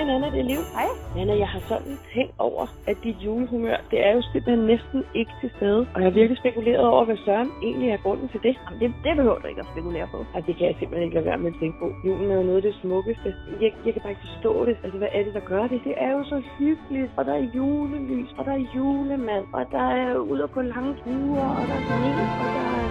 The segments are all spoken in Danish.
Nana, det er Liv. Hej. Nana, jeg har sådan tænkt over, at dit julehumør, det er jo simpelthen næsten ikke til stede. Og jeg har virkelig spekuleret over, hvad Søren egentlig er grunden til det. Jamen, det behøver du ikke at spekulere på. Altså, det kan jeg simpelthen ikke lade være med at tænke på. Julen er jo noget af det smukkeste. Jeg kan bare ikke forstå det. Altså, hvad er det, der gør det? Det er jo så hyggeligt, og der er julelys, og der er julemand, og der er ude at gå lange ture, og der er sne, og der er...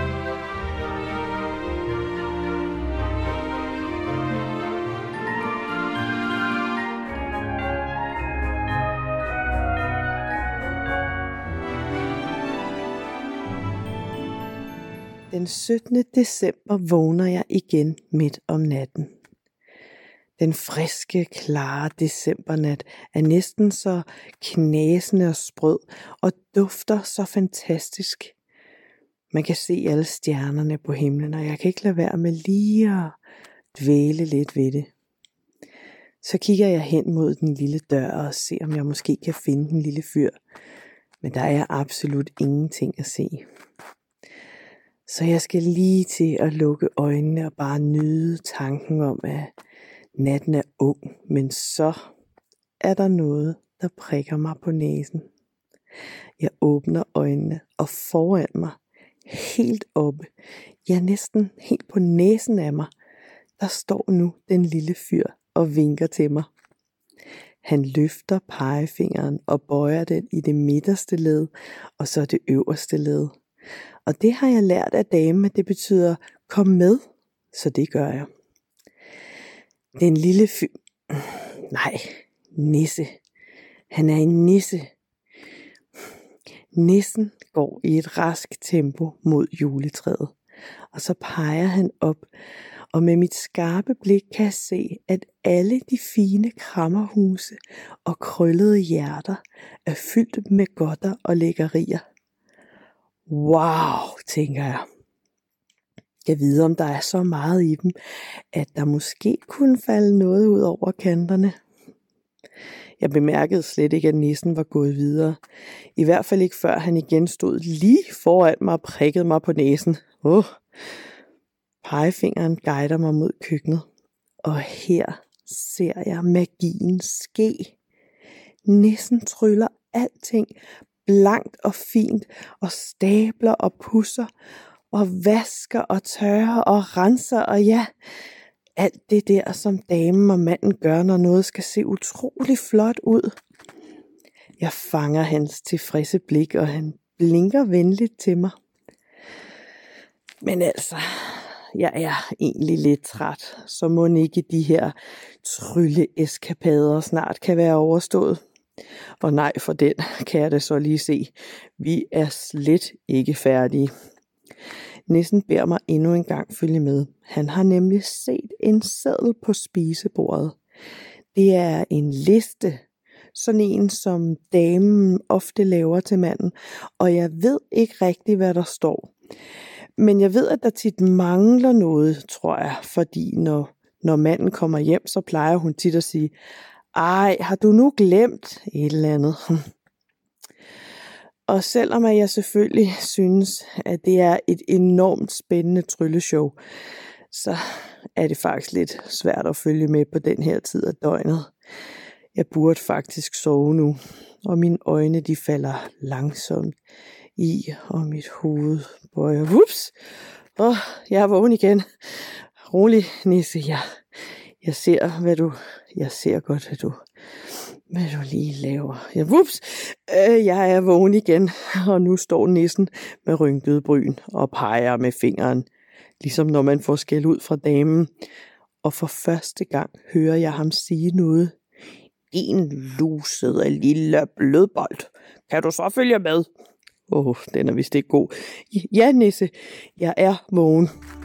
Den 17. december vågner jeg igen midt om natten. Den friske, klare decembernat er næsten så knasende og sprød og dufter så fantastisk. Man kan se alle stjernerne på himlen, og jeg kan ikke lade være med lige at dvæle lidt ved det. Så kigger jeg hen mod den lille dør og ser, om jeg måske kan finde den lille fyr. Men der er absolut ingenting at se. Så jeg skal lige til at lukke øjnene og bare nyde tanken om, at natten er ung. Men så er der noget, der prikker mig på næsen. Jeg åbner øjnene, og foran mig, helt oppe, ja næsten helt på næsen af mig, der står nu den lille fyr og vinker til mig. Han løfter pegefingeren og bøjer den i det midterste led, og så det øverste led. Og det har jeg lært af damen, at det betyder, kom med, så det gør jeg. Den lille nisse. Han er en nisse. Nissen går i et rask tempo mod juletræet, og så peger han op, og med mit skarpe blik kan jeg se, at alle de fine krammerhuse og krøllede hjerter er fyldt med godter og lækkerier. Wow, tænker jeg. Jeg ved, om der er så meget i dem, at der måske kunne falde noget ud over kanterne. Jeg bemærkede slet ikke, at nissen var gået videre. I hvert fald ikke før han igen stod lige foran mig og prikkede mig på næsen. Pegefingeren guider mig mod køkkenet, og her ser jeg magien ske. Nissen tryller alting blankt og fint, og stabler og pusser, og vasker og tørrer og renser, og ja, alt det der, som damen og manden gør, når noget skal se utrolig flot ud. Jeg fanger hans tilfredse blik, og han blinker venligt til mig. Men altså, jeg er egentlig lidt træt, så må ikke de her trylleeskapader snart kan være overstået. Og nej, for den kan jeg da så lige se. Vi er slet ikke færdige. Nissen beder mig endnu en gang følge med. Han har nemlig set en seddel på spisebordet. Det er en liste. Sådan en, som damen ofte laver til manden. Og jeg ved ikke rigtigt, hvad der står. Men jeg ved, at der tit mangler noget, tror jeg. Fordi når manden kommer hjem, så plejer hun tit at sige, ej, har du nu glemt et eller andet? Og selvom jeg selvfølgelig synes, at det er et enormt spændende trylleshow, så er det faktisk lidt svært at følge med på den her tid af døgnet. Jeg burde faktisk sove nu, og mine øjne de falder langsomt i, og mit hoved bøjer. Whoops! Jeg er vågen igen. Rolig, Nisse. Jeg ser godt, hvad du lige laver. Ja, whoops! Jeg er vågen igen, og nu står nissen med rynkede bryn og peger med fingeren, ligesom når man får skæld ud fra damen. Og for første gang hører jeg ham sige noget. Din lusede lille blødbold. Kan du så følge med? Den er vist ikke god. Ja, Nisse, jeg er vågen.